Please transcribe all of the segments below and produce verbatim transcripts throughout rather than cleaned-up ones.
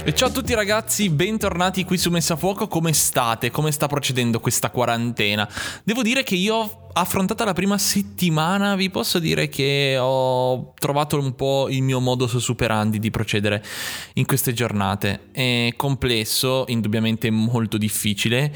E ciao a tutti ragazzi, bentornati qui su Messa a Fuoco. Come state? Come sta procedendo questa quarantena? Devo dire che io, affrontata la prima settimana, vi posso dire che ho trovato un po' il mio modus operandi di procedere in queste giornate. È complesso, indubbiamente molto difficile,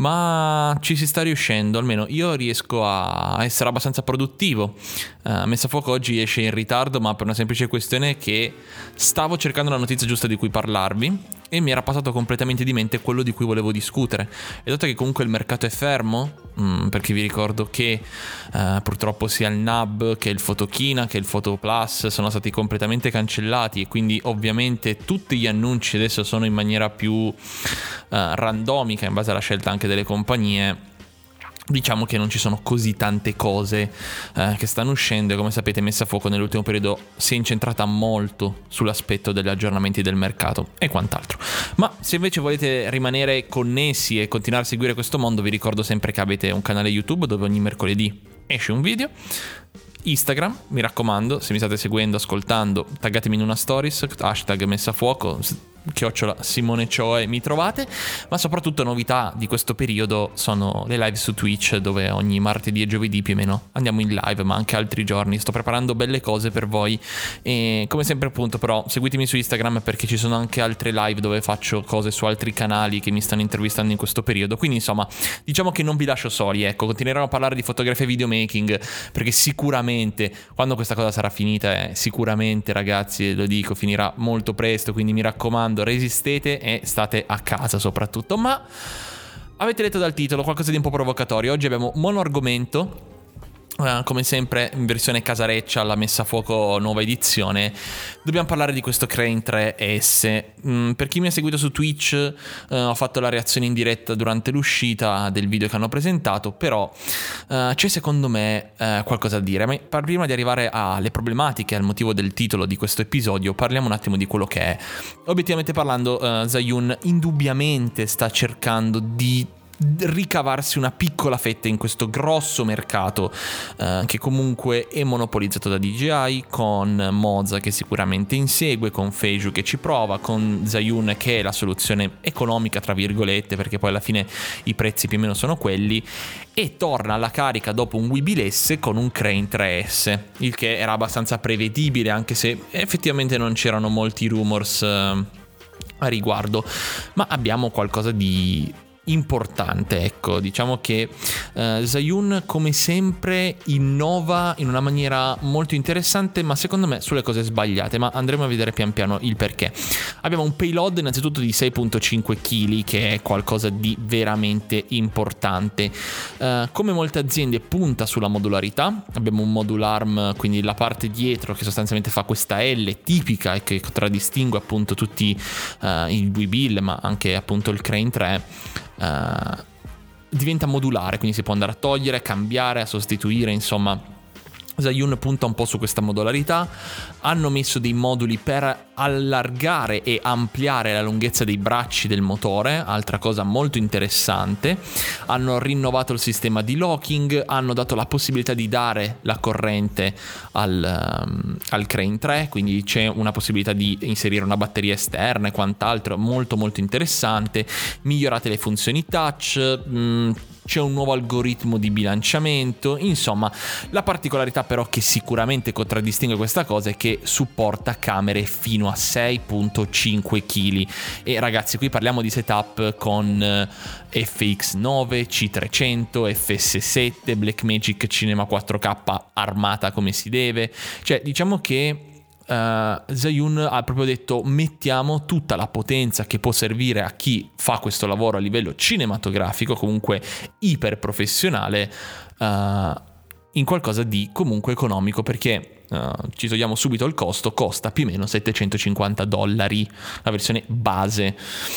ma ci si sta riuscendo. Almeno io riesco a essere abbastanza produttivo. uh, Messa a Fuoco oggi esce in ritardo, ma per una semplice questione che stavo cercando la notizia giusta di cui parlarvi e mi era passato completamente di mente quello di cui volevo discutere. E dato che comunque il mercato è fermo, mh, perché vi ricordo che uh, purtroppo sia il N A B che il Photokina che il Photo Plus sono stati completamente cancellati, e quindi ovviamente tutti gli annunci adesso sono in maniera più uh, randomica in base alla scelta anche delle compagnie. Diciamo che non ci sono così tante cose eh, che stanno uscendo, e come sapete Messa a Fuoco nell'ultimo periodo si è incentrata molto sull'aspetto degli aggiornamenti del mercato e quant'altro. Ma se invece volete rimanere connessi e continuare a seguire questo mondo, vi ricordo sempre che avete un canale YouTube dove ogni mercoledì esce un video. Instagram, mi raccomando, se mi state seguendo, ascoltando, taggatemi in una stories, hashtag Messa a Fuoco, chiocciola Simone Cioe, mi trovate. Ma soprattutto novità di questo periodo sono le live su Twitch, dove ogni martedì e giovedì più o meno andiamo in live, ma anche altri giorni. Sto preparando belle cose per voi, e come sempre appunto però seguitemi su Instagram, perché ci sono anche altre live dove faccio cose su altri canali che mi stanno intervistando in questo periodo. Quindi insomma, diciamo che non vi lascio soli, ecco, continuerò a parlare di fotografia e videomaking, perché sicuramente quando questa cosa sarà finita, eh, sicuramente ragazzi, lo dico, finirà molto presto, quindi mi raccomando, resistete e state a casa soprattutto. Ma avete letto dal titolo qualcosa di un po' provocatorio. Oggi abbiamo mono argomento, Uh, come sempre in versione casareccia, alla Messa a Fuoco nuova edizione. Dobbiamo parlare di questo Crane tre S. mm, Per chi mi ha seguito su Twitch, uh, ho fatto la reazione in diretta durante l'uscita del video che hanno presentato. Però uh, c'è secondo me uh, qualcosa da dire. Ma prima di arrivare alle problematiche, al motivo del titolo di questo episodio, parliamo un attimo di quello che è. Obiettivamente parlando, uh, Zhiyun indubbiamente sta cercando di ricavarsi una piccola fetta in questo grosso mercato eh, che comunque è monopolizzato da D J I, con Moza che sicuramente insegue, con Feiju che ci prova, con Zhiyun che è la soluzione economica tra virgolette, perché poi alla fine i prezzi più o meno sono quelli, e torna alla carica dopo un Weebill con un Crane tre S, il che era abbastanza prevedibile, anche se effettivamente non c'erano molti rumors eh, a riguardo. Ma abbiamo qualcosa di importante, ecco. Diciamo che uh, Zhiyun come sempre innova in una maniera molto interessante, ma secondo me sulle cose sbagliate, ma andremo a vedere pian piano il perché. Abbiamo un payload innanzitutto di sei virgola cinque chili, che è qualcosa di veramente importante. Uh, come molte aziende punta sulla modularità. Abbiamo un module arm, quindi la parte dietro che sostanzialmente fa questa L tipica e che contraddistingue appunto tutti uh, i Weebill, ma anche appunto il Crane tre. Uh, diventa modulare, quindi si può andare a togliere, a cambiare, a sostituire, insomma Zhiyun punta un po' su questa modularità. Hanno messo dei moduli per allargare e ampliare la lunghezza dei bracci del motore, altra cosa molto interessante. Hanno rinnovato il sistema di locking, hanno dato la possibilità di dare la corrente al, um, al Crane tre, quindi c'è una possibilità di inserire una batteria esterna e quant'altro, molto molto interessante. Migliorate le funzioni touch, mh, c'è un nuovo algoritmo di bilanciamento. Insomma, la particolarità però che sicuramente contraddistingue questa cosa è che supporta camere fino a sei virgola cinque chili. E ragazzi, qui parliamo di setup con F X nove, C trecento, F S sette, Blackmagic Cinema quattro K armata come si deve. Cioè, diciamo che Uh, Zhiyun ha proprio detto: mettiamo tutta la potenza che può servire a chi fa questo lavoro a livello cinematografico, comunque iper professionale, uh, in qualcosa di comunque economico, perché uh, ci togliamo subito il costo, costa più o meno settecentocinquanta dollari la versione base,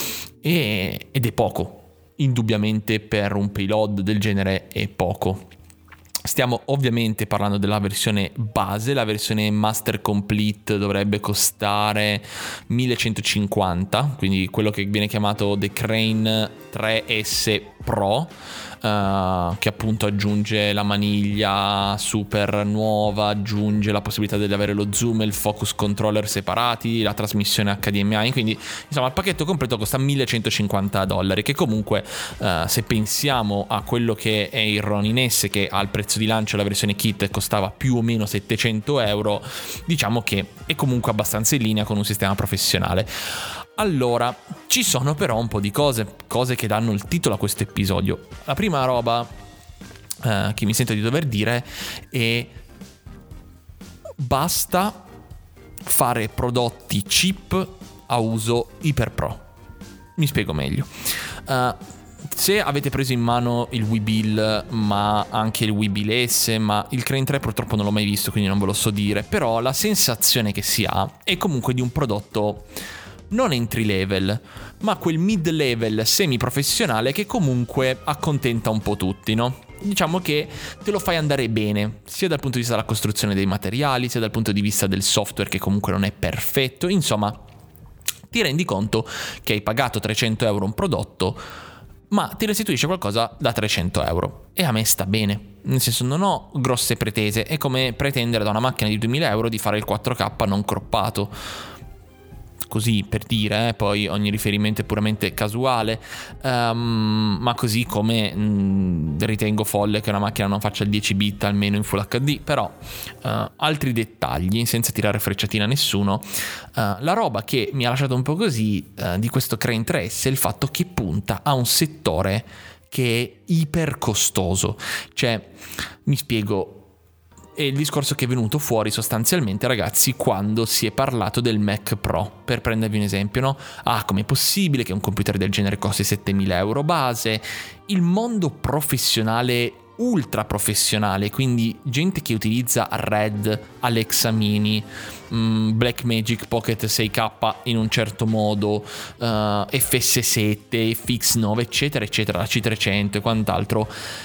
e, ed è poco, indubbiamente per un payload del genere è poco. Stiamo ovviamente parlando della versione base. La versione Master Complete dovrebbe costare millecentocinquanta, quindi quello che viene chiamato The Crane tre S Pro, Uh, che appunto aggiunge la maniglia super nuova, aggiunge la possibilità di avere lo zoom e il focus controller separati, la trasmissione H D M I, quindi insomma il pacchetto completo costa millecentocinquanta dollari, che comunque uh, se pensiamo a quello che è il Ronin S, che al prezzo di lancio la versione kit costava più o meno settecento euro, diciamo che è comunque abbastanza in linea con un sistema professionale. Allora, ci sono però un po' di cose, cose che danno il titolo a questo episodio. La prima roba eh, che mi sento di dover dire è: basta fare prodotti cheap a uso iper pro. Mi spiego meglio. Uh, se avete preso in mano il Webuild, ma anche il Webuild S, ma il Crane tre purtroppo non l'ho mai visto, quindi non ve lo so dire, però la sensazione che si ha è comunque di un prodotto non entry level, ma quel mid level semi professionale che comunque accontenta un po' tutti, no? Diciamo che te lo fai andare bene, sia dal punto di vista della costruzione dei materiali, sia dal punto di vista del software, che comunque non è perfetto. Insomma, ti rendi conto che hai pagato trecento euro un prodotto, ma ti restituisce qualcosa da trecento euro. E a me sta bene, nel senso, non ho grosse pretese. È come pretendere da una macchina di duemila euro di fare il quattro K non croppato, così per dire, eh, poi ogni riferimento è puramente casuale, um, ma così come mh, ritengo folle che una macchina non faccia il dieci bit almeno in Full H D. Però uh, altri dettagli, senza tirare frecciatina a nessuno, uh, la roba che mi ha lasciato un po' così uh, di questo Crane tre S è il fatto che punta a un settore che è iper costoso. Cioè, mi spiego, è il discorso che è venuto fuori sostanzialmente, ragazzi, quando si è parlato del Mac Pro. Per prendervi un esempio, no? Ah, com'è possibile che un computer del genere costi settemila euro base? Il mondo professionale, ultra professionale, quindi gente che utilizza Red, Alexa Mini, mh, Blackmagic Pocket sei K in un certo modo, uh, F S sette, F X nove, eccetera, eccetera, la C trecento e quant'altro,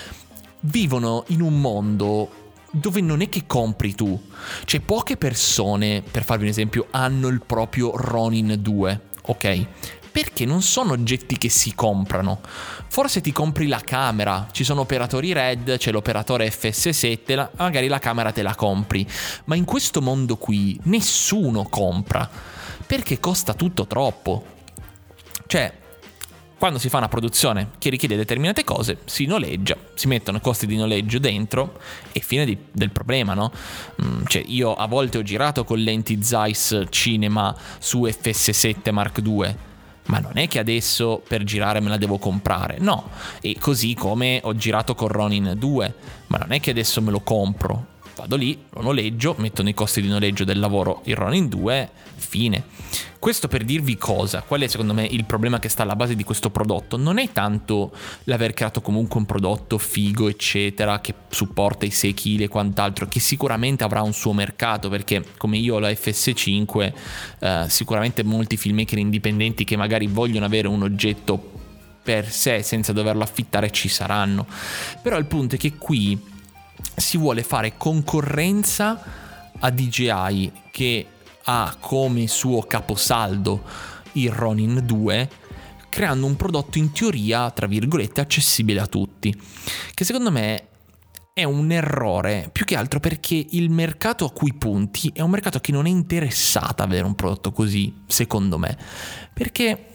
vivono in un mondo dove non è che compri tu. Cioè, poche persone, per farvi un esempio, hanno il proprio Ronin due, ok? Perché non sono oggetti che si comprano. Forse ti compri la camera, ci sono operatori Red, c'è l'operatore F S sette, la, magari la camera te la compri. Ma in questo mondo qui nessuno compra, perché costa tutto troppo. Cioè, quando si fa una produzione che richiede determinate cose, si noleggia, si mettono costi di noleggio dentro e fine di, del problema, no? Mm, cioè, io a volte ho girato con lenti Zeiss Cinema su F S sette Mark due, ma non è che adesso per girare me la devo comprare, no. E così come ho girato con Ronin due, ma non è che adesso me lo compro. Vado lì, lo noleggio, metto nei costi di noleggio del lavoro il Ronin due, fine. Questo per dirvi cosa, qual è secondo me il problema che sta alla base di questo prodotto. Non è tanto l'aver creato comunque un prodotto figo eccetera, che supporta i sei chili e quant'altro, che sicuramente avrà un suo mercato, perché come io ho la F S cinque, eh, sicuramente molti filmmaker indipendenti che magari vogliono avere un oggetto per sé senza doverlo affittare ci saranno. Però il punto è che qui si vuole fare concorrenza a D J I, che ha come suo caposaldo il Ronin due, creando un prodotto in teoria, tra virgolette, accessibile a tutti, che secondo me è un errore, più che altro perché il mercato a cui punti è un mercato che non è interessato ad avere un prodotto così, secondo me. Perché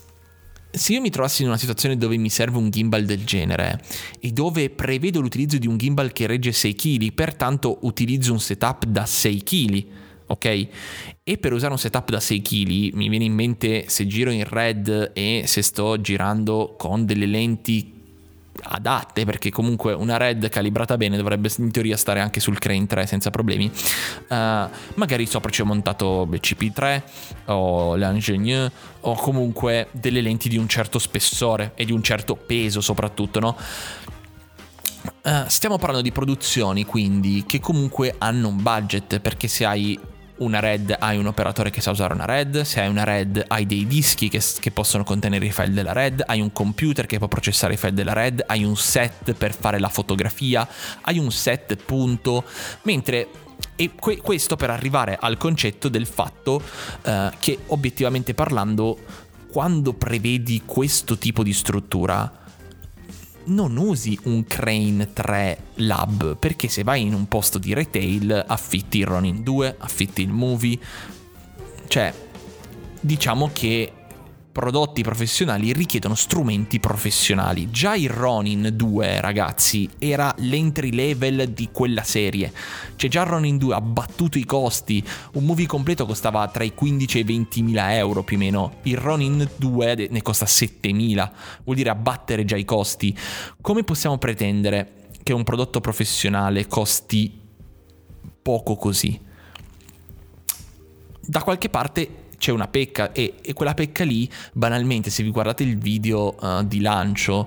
se io mi trovassi in una situazione dove mi serve un gimbal del genere e dove prevedo l'utilizzo di un gimbal che regge sei chili, pertanto utilizzo un setup da sei chili, ok? E per usare un setup da sei chili mi viene in mente, se giro in Red e se sto girando con delle lenti adatte, perché comunque una Red calibrata bene dovrebbe in teoria stare anche sul Crane tre senza problemi, uh, magari sopra ci ho montato C P tre o l'Ingenieux o comunque delle lenti di un certo spessore e di un certo peso soprattutto, no? Uh, stiamo parlando di produzioni quindi che comunque hanno un budget, perché se hai una Red hai un operatore che sa usare una Red, se hai una Red hai dei dischi che, che possono contenere i file della Red, hai un computer che può processare i file della Red, hai un set per fare la fotografia, hai un set punto, mentre e que- questo per arrivare al concetto del fatto uh, che obiettivamente parlando, quando prevedi questo tipo di struttura non usi un Crane tre Lab, perché se vai in un posto di retail affitti il Ronin due, affitti il Movie, cioè diciamo che prodotti professionali richiedono strumenti professionali. Già il Ronin due, ragazzi, era l'entry level di quella serie. Cioè già il Ronin due ha battuto i costi. Un movie completo costava tra i quindici e i ventimila euro più o meno. Il Ronin due ne costa settemila. Vuol dire abbattere già i costi. Come possiamo pretendere che un prodotto professionale costi poco così? Da qualche parte c'è una pecca, e, e quella pecca lì, banalmente, se vi guardate il video uh, di lancio,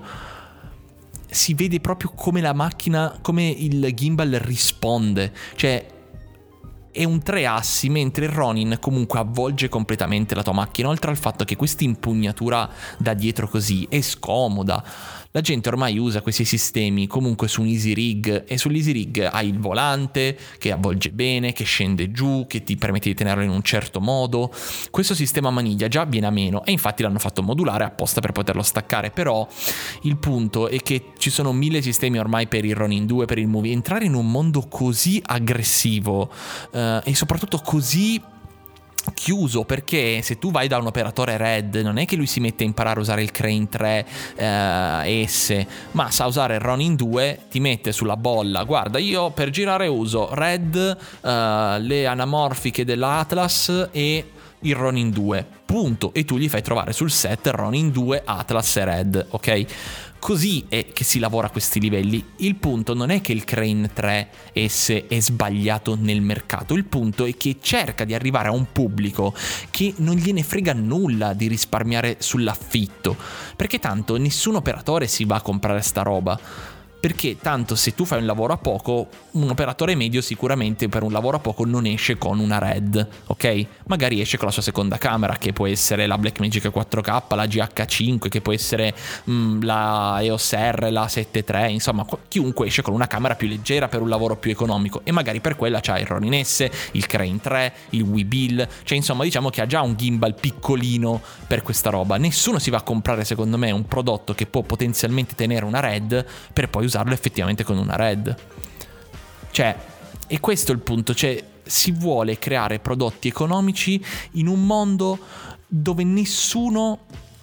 si vede proprio come la macchina, come il gimbal risponde. Cioè è un tre assi, mentre il Ronin comunque avvolge completamente la tua macchina, oltre al fatto che questa impugnatura da dietro così è scomoda. La gente ormai usa questi sistemi comunque su un easy rig, e sull'easy rig hai il volante che avvolge bene, che scende giù, che ti permette di tenerlo in un certo modo. Questo sistema maniglia già viene a meno, e infatti l'hanno fatto modulare apposta per poterlo staccare. Però il punto è che ci sono mille sistemi ormai per il Ronin due, per il Movie. Entrare in un mondo così aggressivo eh, e soprattutto così chiuso, perché se tu vai da un operatore Red non è che lui si mette a imparare a usare il Crane tre eh, S, ma sa usare il Ronin due, ti mette sulla bolla: guarda, io per girare uso Red, eh, le anamorfiche dell'Atlas e il Ronin due, punto. E tu gli fai trovare sul set Ronin due, Atlas e Red, ok? Così è che si lavora a questi livelli. Il punto non è che il Crane tre S è sbagliato nel mercato, il punto è che cerca di arrivare a un pubblico che non gliene frega nulla di risparmiare sull'affitto, perché tanto nessun operatore si va a comprare sta roba. Perché tanto se tu fai un lavoro a poco, un operatore medio sicuramente per un lavoro a poco non esce con una Red, ok? Magari esce con la sua seconda camera, che può essere la Blackmagic quattro K, la G H cinque, che può essere mh, la E O S R, la sette tre, insomma chiunque esce con una camera più leggera per un lavoro più economico, e magari per quella c'ha il Ronin S, il Crane tre, il Weebill, cioè insomma diciamo che ha già un gimbal piccolino per questa roba. Nessuno si va a comprare, secondo me, un prodotto che può potenzialmente tenere una Red per poi usarlo effettivamente con una Red. Cioè, e questo è il punto, cioè si vuole creare prodotti economici in un mondo dove nessuno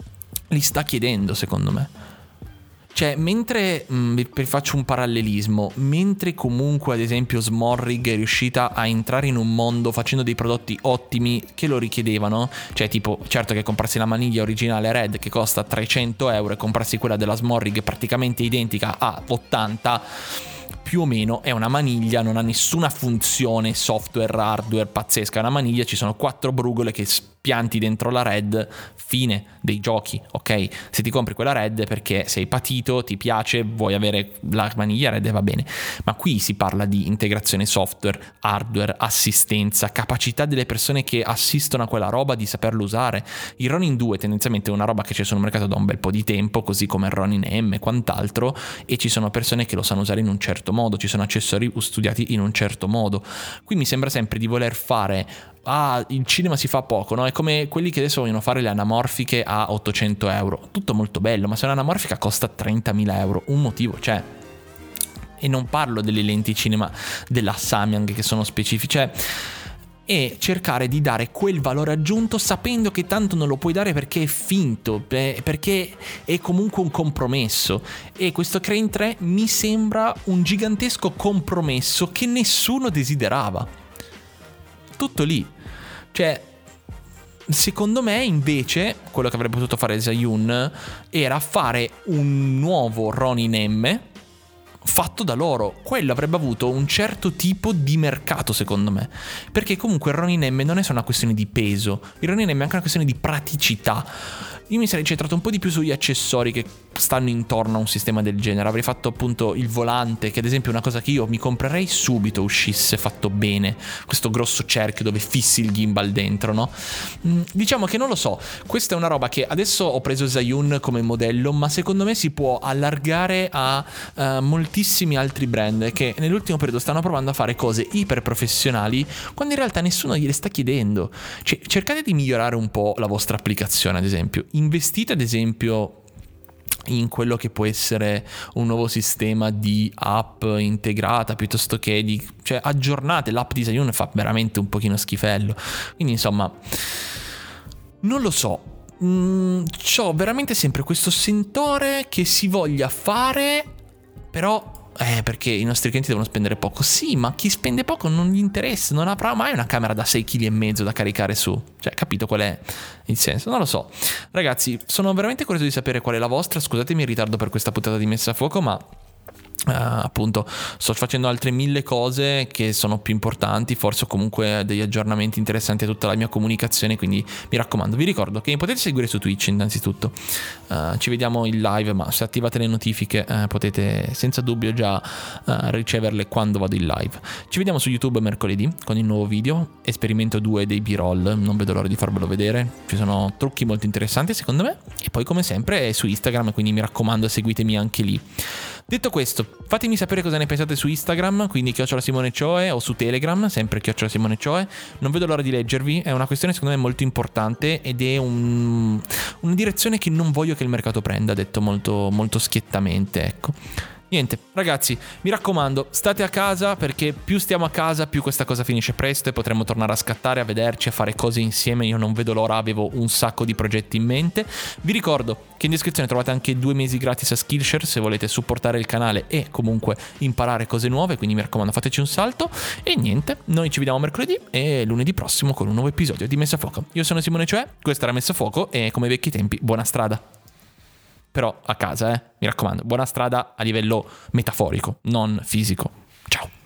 li sta chiedendo, secondo me. Cioè, mentre mh, vi faccio un parallelismo, mentre comunque ad esempio Smorrig è riuscita a entrare in un mondo facendo dei prodotti ottimi che lo richiedevano, cioè tipo, certo che comprarsi la maniglia originale Red che costa trecento euro e comprarsi quella della Smorrig praticamente identica a ottanta, più o meno è una maniglia, non ha nessuna funzione software, hardware pazzesca, è una maniglia, ci sono quattro brugole che pianti dentro la Red, fine dei giochi, ok? Se ti compri quella Red perché sei patito, ti piace, vuoi avere la maniglia Red e va bene. Ma qui si parla di integrazione software, hardware, assistenza, capacità delle persone che assistono a quella roba di saperlo usare. Il Ronin due tendenzialmente è una roba che c'è sul mercato da un bel po' di tempo, così come il Ronin M e quant'altro, e ci sono persone che lo sanno usare in un certo modo, ci sono accessori studiati in un certo modo. Qui mi sembra sempre di voler fare: ah, il cinema si fa poco, no? È come quelli che adesso vogliono fare le anamorfiche a ottocento euro. Tutto molto bello, ma se un'anamorfica costa trentamila euro, un motivo c'è. E non parlo delle lenti cinema della Samyang che sono specifiche, cioè, e cercare di dare quel valore aggiunto sapendo che tanto non lo puoi dare perché è finto, perché è comunque un compromesso. E questo Crane tre mi sembra un gigantesco compromesso che nessuno desiderava. Tutto lì. Cioè, secondo me invece quello che avrebbe potuto fare Zhiyun era fare un nuovo Ronin M fatto da loro. Quello avrebbe avuto un certo tipo di mercato, secondo me, perché comunque il Ronin M non è solo una questione di peso, il Ronin M è anche una questione di praticità. Io mi sarei centrato un po' di più sugli accessori che stanno intorno a un sistema del genere. Avrei fatto appunto il volante, che ad esempio è una cosa che io mi comprerei subito uscisse fatto bene, questo grosso cerchio dove fissi il gimbal dentro, no? Mm, diciamo che non lo so, questa è una roba che adesso ho preso Zhiyun come modello, ma secondo me si può allargare a uh, moltissimi altri brand che nell'ultimo periodo stanno provando a fare cose iper professionali quando in realtà nessuno gliele sta chiedendo. Cioè, cercate di migliorare un po' la vostra applicazione, ad esempio investite ad esempio in quello che può essere un nuovo sistema di app integrata piuttosto che di, cioè, aggiornate. L'app di Zhiyun fa veramente un pochino schifello, quindi insomma non lo so. Mm, c'ho veramente sempre questo sentore che si voglia fare, però Eh, perché i nostri clienti devono spendere poco. Sì, ma chi spende poco non gli interessa, non avrà mai una camera da sei chili e mezzo da caricare su. Cioè, capito qual è il senso? Non lo so. Ragazzi, sono veramente curioso di sapere qual è la vostra. Scusatemi il ritardo per questa puntata di Messa a Fuoco, ma Uh, appunto sto facendo altre mille cose che sono più importanti, forse, o comunque degli aggiornamenti interessanti a tutta la mia comunicazione, quindi mi raccomando, vi ricordo che mi potete seguire su Twitch innanzitutto, uh, ci vediamo in live, ma se attivate le notifiche uh, potete senza dubbio già uh, riceverle quando vado in live. Ci vediamo su YouTube mercoledì con il nuovo video esperimento due dei B-roll, non vedo l'ora di farvelo vedere, ci sono trucchi molto interessanti secondo me, e poi come sempre è su Instagram, quindi mi raccomando seguitemi anche lì. Detto questo, fatemi sapere cosa ne pensate su Instagram, quindi chiocciola Simone Cioè, o su Telegram, sempre chiocciola Simone Cioè. Non vedo l'ora di leggervi, è una questione secondo me molto importante ed è un, una direzione che non voglio che il mercato prenda, detto molto, molto schiettamente, ecco. Niente, ragazzi, mi raccomando, state a casa, perché più stiamo a casa più questa cosa finisce presto e potremo tornare a scattare, a vederci, a fare cose insieme. Io non vedo l'ora, avevo un sacco di progetti in mente. Vi ricordo che in descrizione trovate anche due mesi gratis a Skillshare se volete supportare il canale e comunque imparare cose nuove, quindi mi raccomando fateci un salto. E niente, noi ci vediamo mercoledì e lunedì prossimo con un nuovo episodio di Messa a Fuoco. Io sono Simone Cioè, questa era Messa a Fuoco e come ai vecchi tempi, buona strada. Però a casa, eh, mi raccomando, buona strada a livello metaforico, non fisico. Ciao.